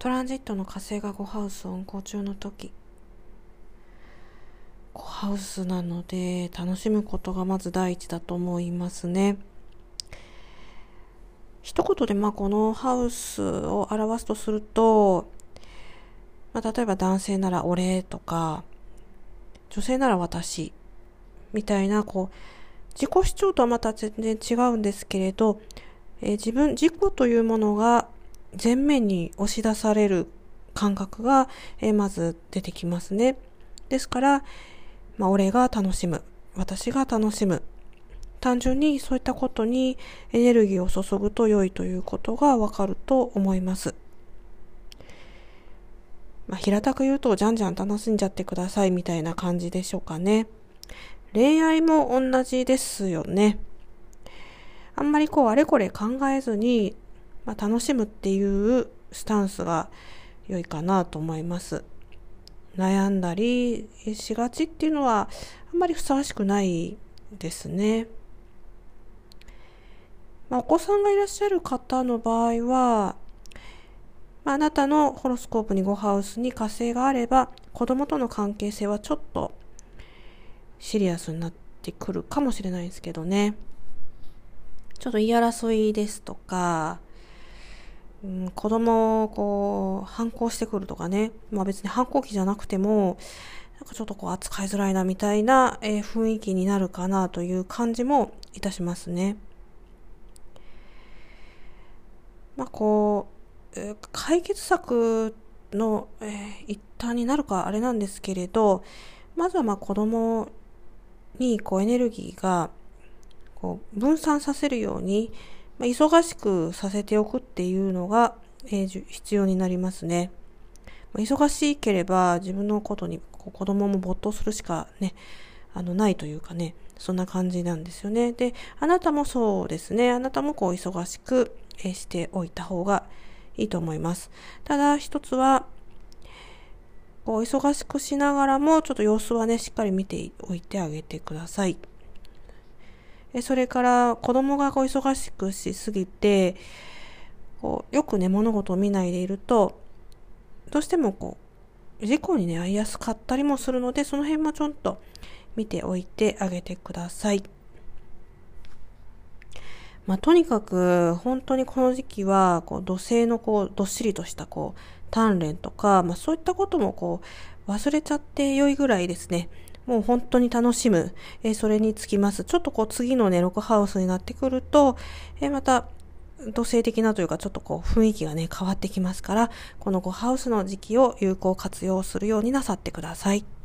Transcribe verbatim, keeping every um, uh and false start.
トランジットの火星がごハウスを運行中の時、ごハウスなので楽しむことがまず第一だと思いますね。一言でまあこのハウスを表すとすると、まあ、例えば男性なら俺とか女性なら私みたいな、こう自己主張とはまた全然違うんですけれど、えー、自分自己というものが前面に押し出される感覚が、えー、まず出てきますね。ですから、まあ、俺が楽しむ、私が楽しむ、単純にそういったことにエネルギーを注ぐと良いということがわかると思います。まあ、平たく言うとじゃんじゃん楽しんじゃってくださいみたいな感じでしょうかね。恋愛も同じですよね。あんまりこうあれこれ考えずに、まあ、楽しむっていうスタンスが良いかなと思います。悩んだりしがちっていうのはあんまりふさわしくないですね。まあ、お子さんがいらっしゃる方の場合は、まあ、あなたのホロスコープにごハウスに火星があれば、子供との関係性はちょっとシリアスになってくるかもしれないですけどね。ちょっと言い争いですとか、うん、子供をこう反抗してくるとかね、まあ別に反抗期じゃなくてもなんかちょっとこう扱いづらいなみたいな、えー、雰囲気になるかなという感じもいたしますね。まあこう、えー、解決策の、えー、一端になるかあれなんですけれど、まずはまあ子供にこうエネルギーがこう分散させるように、まあ、忙しくさせておくっていうのが、えー、必要になりますね。まあ、忙しければ自分のことにこう子供も没頭するしかね、あのないというかね、そんな感じなんですよね。で、あなたもそうですね。あなたもこう忙しく、えー、しておいた方がいいと思います。ただ一つは、こう忙しくしながらもちょっと様子はね、しっかり見ておいてあげてください。それから子供がこう忙しくしすぎてこうよくね物事を見ないでいるとどうしてもこう事故にね遭いやすかったりもするので、その辺もちょっと見ておいてあげてください。まあ、とにかく本当にこの時期はこう土星のこうどっしりとしたこう鍛錬とか、まあ、そういったこともこう忘れちゃって良いぐらいですね。もう本当に楽しむ、えー、それにつきます。ちょっとこう次のね、ログハウスになってくると、えー、また土星的なというかちょっとこう雰囲気がね、変わってきますから、このごハウスの時期を有効活用するようになさってください。